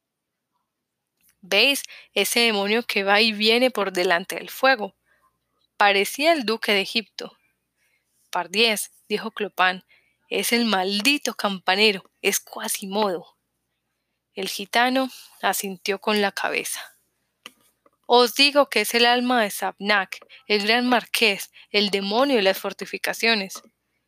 ¿Veis ese demonio que va y viene por delante del fuego? Parecía el duque de Egipto». «Pardiez», dijo Clopin, «es el maldito campanero, es Quasimodo». El gitano asintió con la cabeza. «Os digo que es el alma de Sabnac, el gran marqués, el demonio de las fortificaciones.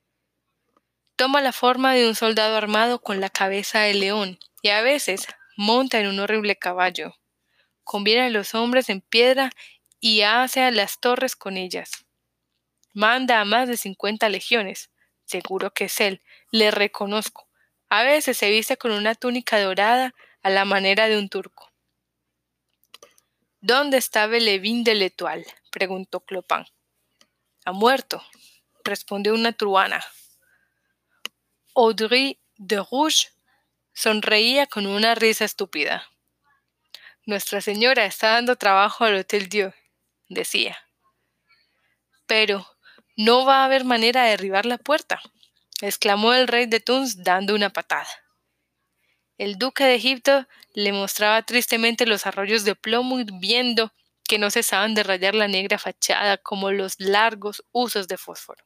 Toma la forma de un soldado armado con la cabeza de león y a veces monta en un horrible caballo. Conviene a los hombres en piedra y hace a las torres con ellas. Manda a más de cincuenta legiones. Seguro que es él. Le reconozco. A veces se viste con una túnica dorada a la manera de un turco. ¿Dónde está Belevín de l'Étoile?, preguntó Clopin. Ha muerto, respondió una truhana. Audrey de Rouge sonreía con una risa estúpida. Nuestra Señora está dando trabajo al Hotel Dieu, decía. Pero no va a haber manera de derribar la puerta, exclamó el rey de Túnez dando una patada. El duque de Egipto le mostraba tristemente los arroyos de plomo hirviendo que no cesaban de rayar la negra fachada como los largos usos de fósforo.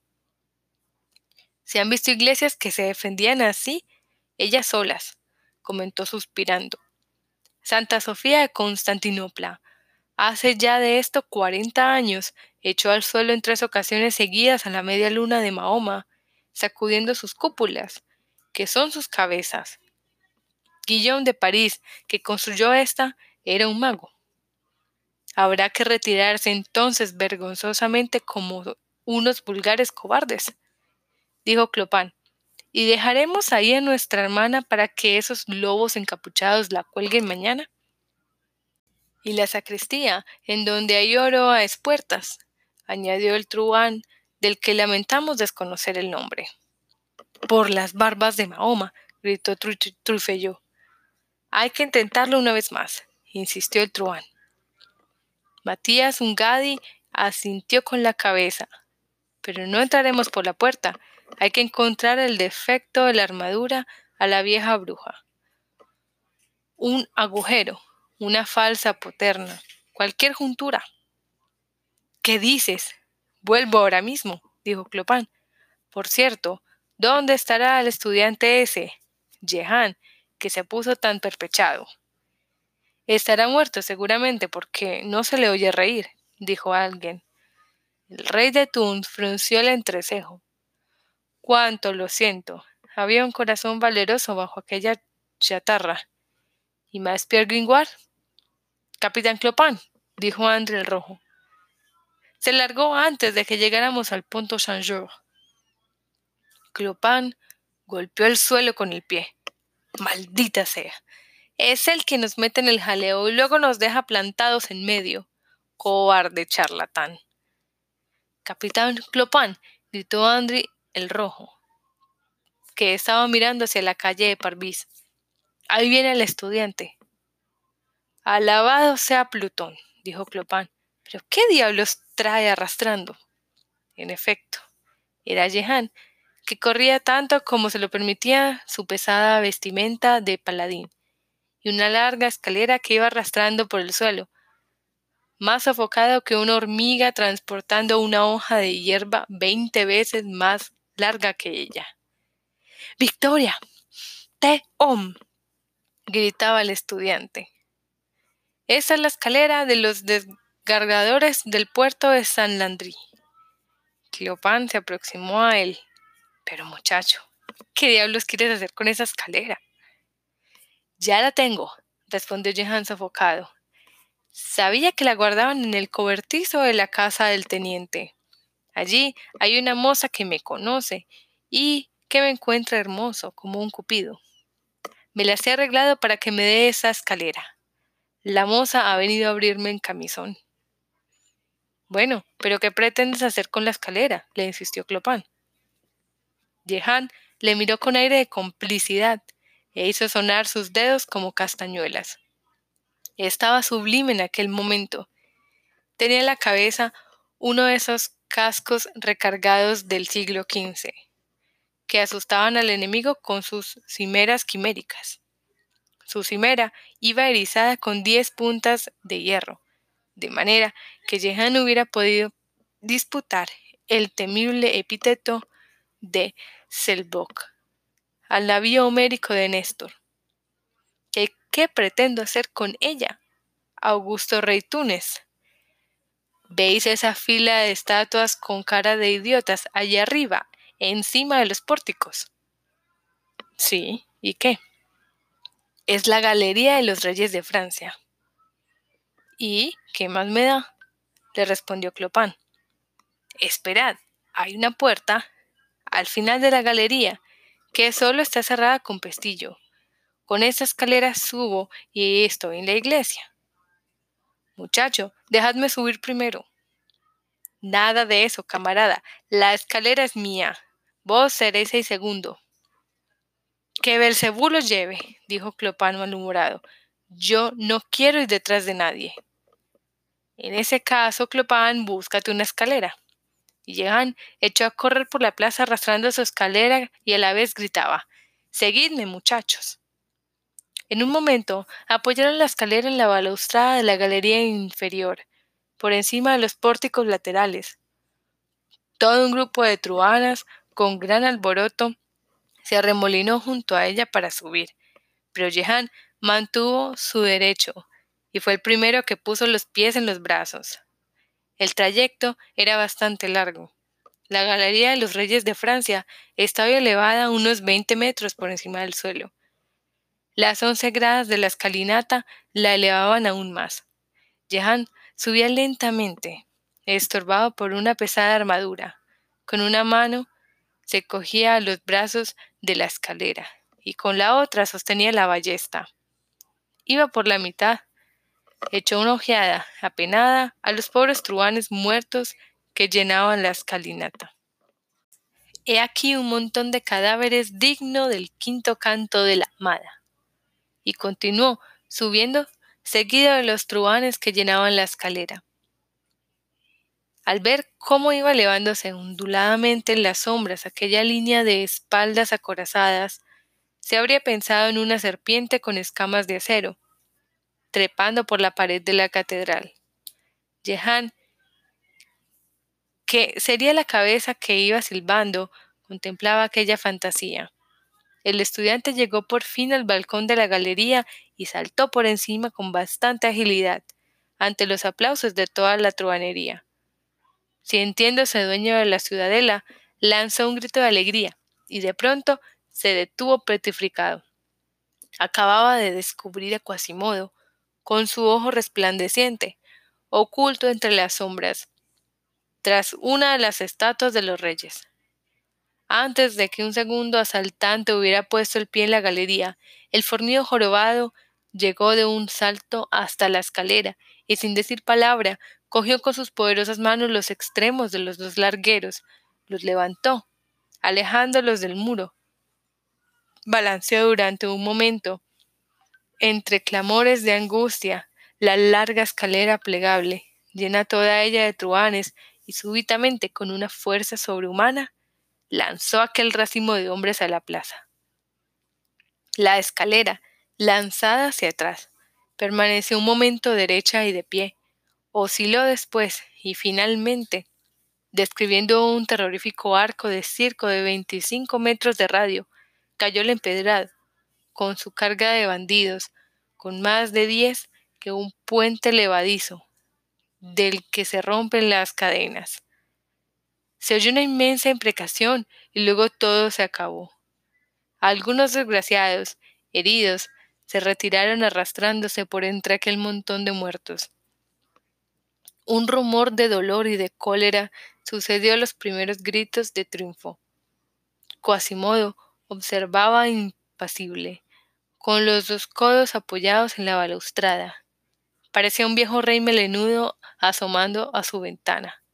Se han visto iglesias que se defendían así, ellas solas, comentó suspirando. Santa Sofía de Constantinopla, hace ya de esto cuarenta años, echó al suelo en tres ocasiones seguidas a la media luna de Mahoma, sacudiendo sus cúpulas, que son sus cabezas. Guillaume de París, que construyó esta, era un mago. Habrá que retirarse entonces vergonzosamente como unos vulgares cobardes, dijo Clopin, y dejaremos ahí a nuestra hermana para que esos lobos encapuchados la cuelguen mañana. Y la sacristía, en donde hay oro a espuertas, añadió el truhán, del que lamentamos desconocer el nombre. Por las barbas de Mahoma, gritó Truffaut. Hay que intentarlo una vez más, insistió el truhán. Matías Ungadi asintió con la cabeza. Pero no entraremos por la puerta. Hay que encontrar el defecto de la armadura a la vieja bruja. Un agujero, una falsa poterna, cualquier juntura. ¿Qué dices? Vuelvo ahora mismo, dijo Clopin. Por cierto, ¿dónde estará el estudiante ese, Jehan, que se puso tan perpechado? Estará muerto seguramente porque no se le oye reír, dijo alguien. El rey de Túnez frunció el entrecejo. Cuánto lo siento. Había un corazón valeroso bajo aquella chatarra. ¿Y más Pierre Gringoire? Capitán Clopin, dijo André el Rojo. Se largó antes de que llegáramos al Pont Saint-Georges. Clopin golpeó el suelo con el pie. Maldita sea. Es el que nos mete en el jaleo y luego nos deja plantados en medio. Cobarde charlatán. Capitán Clopin, gritó André el Rojo, que estaba mirando hacia la calle de Parvis. Ahí viene el estudiante. Alabado sea Plutón, dijo Clopin. ¿Pero qué diablos trae arrastrando? En efecto, era Jehan, que corría tanto como se lo permitía su pesada vestimenta de paladín, y una larga escalera que iba arrastrando por el suelo, más sofocado que una hormiga transportando una hoja de hierba veinte veces más larga que ella. ¡Victoria! ¡Te om! Gritaba el estudiante. Esa es la escalera de los descargadores del puerto de Saint Landry. Clopin se aproximó a él. Pero muchacho, ¿qué diablos quieres hacer con esa escalera? Ya la tengo, respondió Jehan sofocado. Sabía que la guardaban en el cobertizo de la casa del teniente. Allí hay una moza que me conoce y que me encuentra hermoso como un cupido. Me las he arreglado para que me dé esa escalera. La moza ha venido a abrirme en camisón. Bueno, pero ¿qué pretendes hacer con la escalera?, le insistió Clopin. Jehan le miró con aire de complicidad e hizo sonar sus dedos como castañuelas. Estaba sublime en aquel momento. Tenía en la cabeza uno de esos cascos recargados del siglo quince, que asustaban al enemigo con sus cimeras quiméricas. Su cimera iba erizada con diez puntas de hierro, de manera que Jehan hubiera podido disputar el temible epíteto de Selboc al navío homérico de Néstor. ¿Qué, qué pretendo hacer con ella, Augusto Rey Túnez? ¿Veis esa fila de estatuas con cara de idiotas allá arriba, encima de los pórticos? Sí, ¿y qué? Es la galería de los reyes de Francia. ¿Y qué más me da?, le respondió Clopin. Esperad, Hay una puerta al final de la galería que solo está cerrada con pestillo. Con esa escalera subo y estoy en la iglesia. Muchacho, dejadme subir primero. Nada de eso, camarada. La escalera es mía. Vos seréis el segundo. Que Belcebú los lleve, dijo Clopán malhumorado. Yo no quiero ir detrás de nadie. En ese caso, Clopán, búscate una escalera. Y Jehan echó a correr por la plaza arrastrando su escalera y a la vez gritaba: «Seguidme, muchachos». En un momento apoyaron la escalera en la balaustrada de la galería inferior, por encima de los pórticos laterales. Todo un grupo de truhanas, con gran alboroto, se arremolinó junto a ella para subir, pero Jehan mantuvo su derecho y fue el primero que puso los pies en los brazos. El trayecto era bastante largo. La Galería de los Reyes de Francia estaba elevada unos veinte metros por encima del suelo. Las once gradas de la escalinata la elevaban aún más. Jehan subía lentamente, estorbado por una pesada armadura. Con una mano se cogía a los brazos de la escalera y con la otra sostenía la ballesta. Iba por la mitad. Echó una ojeada apenada a los pobres truhanes muertos que llenaban la escalinata. He aquí un montón de cadáveres digno del quinto canto de la Armada. Y continuó subiendo, seguido de los truhanes que llenaban la escalera. Al ver cómo iba elevándose onduladamente en las sombras aquella línea de espaldas acorazadas, se habría pensado en una serpiente con escamas de acero, trepando por la pared de la catedral. Jehan, que sería la cabeza que iba silbando, contemplaba aquella fantasía. El estudiante llegó por fin al balcón de la galería y saltó por encima con bastante agilidad, ante los aplausos de toda la truhanería. Sintiéndose dueño de la ciudadela, lanzó un grito de alegría y de pronto se detuvo petrificado. Acababa de descubrir a Quasimodo, con su ojo resplandeciente, oculto entre las sombras, tras una de las estatuas de los reyes. Antes de que un segundo asaltante hubiera puesto el pie en la galería, el fornido jorobado llegó de un salto hasta la escalera y sin decir palabra cogió con sus poderosas manos los extremos de los dos largueros, los levantó, alejándolos del muro. Balanceó durante un momento, entre clamores de angustia, la larga escalera plegable, llena toda ella de truhanes, y súbitamente, con una fuerza sobrehumana, lanzó aquel racimo de hombres a la plaza. La escalera, lanzada hacia atrás, permaneció un momento derecha y de pie, osciló después y finalmente, describiendo un terrorífico arco de circo de veinticinco metros de radio, cayó el empedrado, con su carga de bandidos, con más de diez que un puente levadizo, del que se rompen las cadenas. Se oyó una inmensa imprecación y luego todo se acabó. Algunos desgraciados, heridos, se retiraron arrastrándose por entre aquel montón de muertos. Un rumor de dolor y de cólera sucedió a los primeros gritos de triunfo. Quasimodo observaba impasible, con los dos codos apoyados en la balaustrada. Parecía un viejo rey melenudo asomando a su ventana.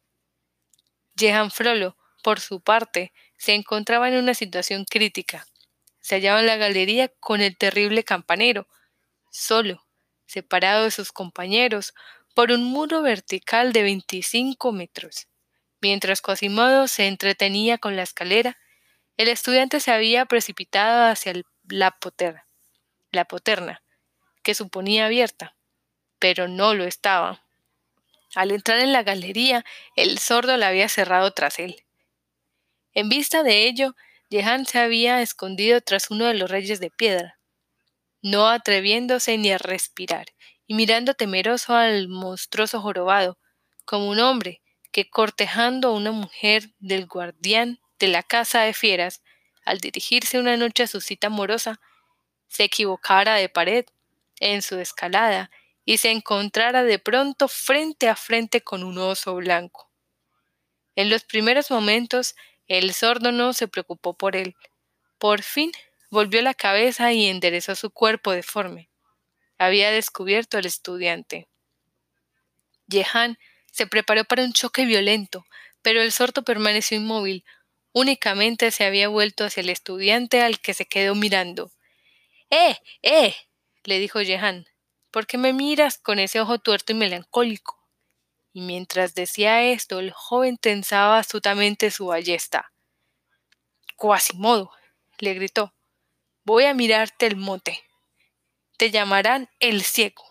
Jehan Frollo, por su parte, se encontraba en una situación crítica. Se hallaba en la galería con el terrible campanero, solo, separado de sus compañeros por un muro vertical de veinticinco metros. Mientras Quasimodo se entretenía con la escalera, el estudiante se había precipitado hacia el, la, poter, la poterna, que suponía abierta, pero no lo estaba. Al entrar en la galería, el sordo la había cerrado tras él. En vista de ello, Jehan se había escondido tras uno de los reyes de piedra, no atreviéndose ni a respirar, y mirando temeroso al monstruoso jorobado, como un hombre que, cortejando a una mujer del guardián de la casa de fieras, al dirigirse una noche a su cita amorosa, se equivocara de pared en su escalada y se encontrara de pronto frente a frente con un oso blanco. En los primeros momentos, el sordo no se preocupó por él. Por fin, volvió la cabeza y enderezó su cuerpo deforme. Había descubierto al estudiante. Jehan se preparó para un choque violento, pero el sordo permaneció inmóvil. Únicamente se había vuelto hacia el estudiante, al que se quedó mirando. ¡Eh! ¡Eh! Le dijo Jehan. ¿Por qué me miras con ese ojo tuerto y melancólico? Y mientras decía esto, el joven tensaba astutamente su ballesta. Quasimodo, le gritó, voy a mirarte el mote. Te llamarán el ciego.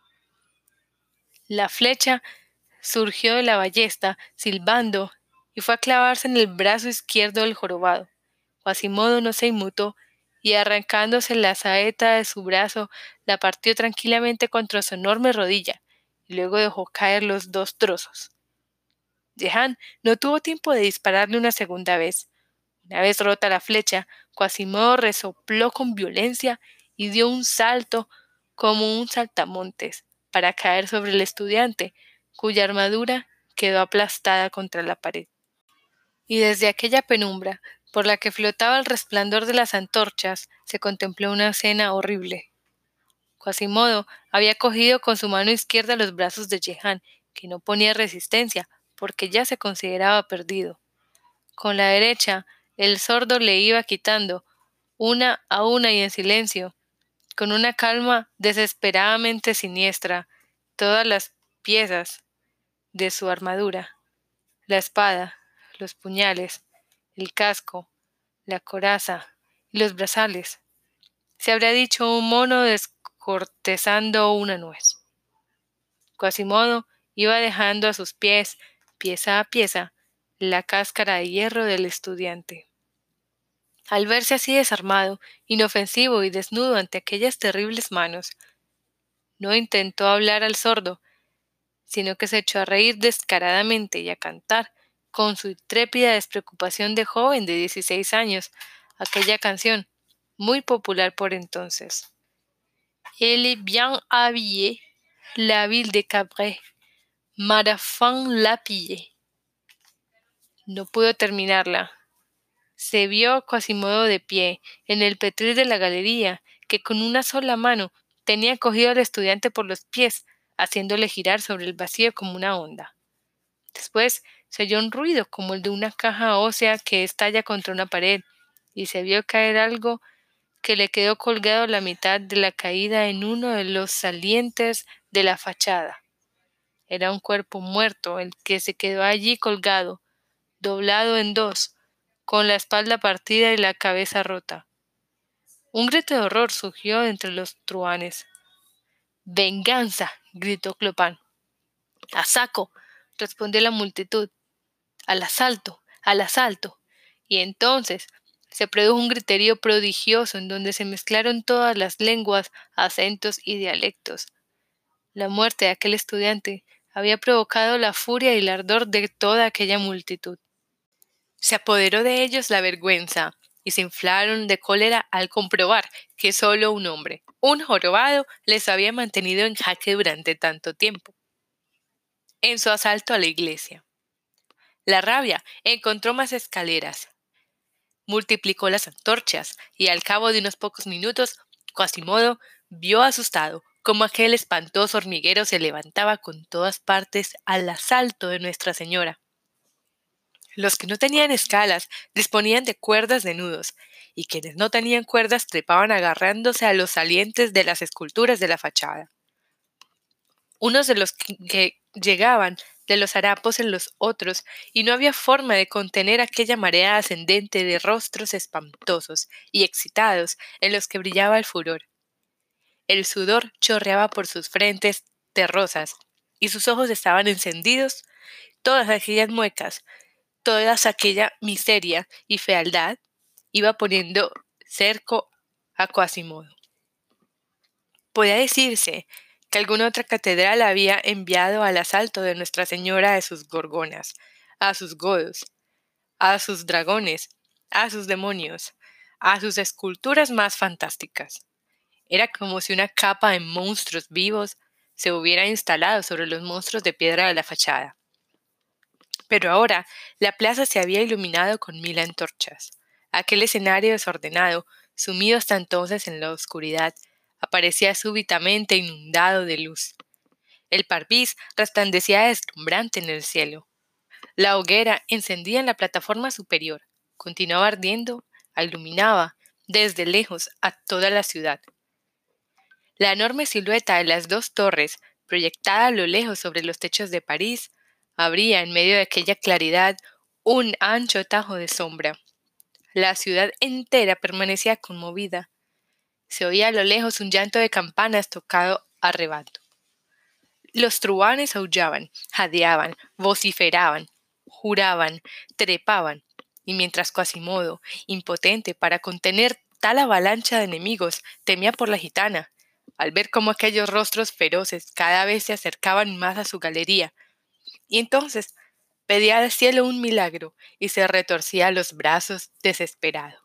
La flecha surgió de la ballesta, silbando, y fue a clavarse en el brazo izquierdo del jorobado. Quasimodo no se inmutó, y arrancándose la saeta de su brazo, la partió tranquilamente contra su enorme rodilla, y luego dejó caer los dos trozos. Jehan no tuvo tiempo de dispararle una segunda vez. Una vez rota la flecha, Quasimodo resopló con violencia y dio un salto como un saltamontes para caer sobre el estudiante, cuya armadura quedó aplastada contra la pared. Y desde aquella penumbra, por la que flotaba el resplandor de las antorchas, se contempló una escena horrible. Quasimodo había cogido con su mano izquierda los brazos de Jehan, que no ponía resistencia, porque ya se consideraba perdido. Con la derecha, el sordo le iba quitando, una a una y en silencio, con una calma desesperadamente siniestra, todas las piezas de su armadura, la espada, los puñales, el casco, la coraza y los brazales. Se habría dicho un mono descortezando una nuez. Quasimodo iba dejando a sus pies, pieza a pieza, la cáscara de hierro del estudiante. Al verse así desarmado, inofensivo y desnudo ante aquellas terribles manos, no intentó hablar al sordo, sino que se echó a reír descaradamente y a cantar, con su intrépida despreocupación de joven de dieciséis años, aquella canción, muy popular por entonces. Elle est bien habillée, la ville de Cabret, Marafan l'a pillée. No pudo terminarla. Se vio a Quasimodo de pie, en el petril de la galería, que con una sola mano tenía cogido al estudiante por los pies, haciéndole girar sobre el vacío como una onda. Después se oyó un ruido como el de una caja ósea que estalla contra una pared, y se vio caer algo que le quedó colgado a la mitad de la caída en uno de los salientes de la fachada. Era un cuerpo muerto el que se quedó allí colgado, doblado en dos, con la espalda partida y la cabeza rota. Un grito de horror surgió entre los truhanes. ¡Venganza! Gritó Clopin. ¡A saco! Respondió la multitud. ¡Al asalto! ¡Al asalto! Y entonces se produjo un griterío prodigioso en donde se mezclaron todas las lenguas, acentos y dialectos. La muerte de aquel estudiante había provocado la furia y el ardor de toda aquella multitud. Se apoderó de ellos la vergüenza, y se inflaron de cólera al comprobar que solo un hombre, un jorobado, les había mantenido en jaque durante tanto tiempo. En su asalto a la iglesia, la rabia encontró más escaleras, multiplicó las antorchas, y al cabo de unos pocos minutos, Quasimodo vio asustado cómo aquel espantoso hormiguero se levantaba con todas partes al asalto de Nuestra Señora. Los que no tenían escalas disponían de cuerdas de nudos, y quienes no tenían cuerdas trepaban agarrándose a los salientes de las esculturas de la fachada. Unos de los que, que llegaban de los harapos en los otros, y no había forma de contener aquella marea ascendente de rostros espantosos y excitados en los que brillaba el furor. El sudor chorreaba por sus frentes terrosas, y sus ojos estaban encendidos. Todas aquellas muecas, toda aquella miseria y fealdad iba poniendo cerco a Quasimodo. Podía decirse que alguna otra catedral había enviado al asalto de Nuestra Señora de sus gorgonas, a sus godos, a sus dragones, a sus demonios, a sus esculturas más fantásticas. Era como si una capa de monstruos vivos se hubiera instalado sobre los monstruos de piedra de la fachada. Pero ahora la plaza se había iluminado con mil antorchas. Aquel escenario desordenado, sumido hasta entonces en la oscuridad, aparecía súbitamente inundado de luz. El parvis resplandecía deslumbrante en el cielo. La hoguera, encendida en la plataforma superior, continuaba ardiendo, iluminaba, desde lejos, a toda la ciudad. La enorme silueta de las dos torres, proyectada a lo lejos sobre los techos de París, abría en medio de aquella claridad un ancho tajo de sombra. La ciudad entera permanecía conmovida. Se oía a lo lejos un llanto de campanas tocado a rebato. Los truhanes aullaban, jadeaban, vociferaban, juraban, trepaban, y mientras Quasimodo, impotente para contener tal avalancha de enemigos, temía por la gitana, al ver cómo aquellos rostros feroces cada vez se acercaban más a su galería, y entonces pedía al cielo un milagro y se retorcía los brazos desesperado.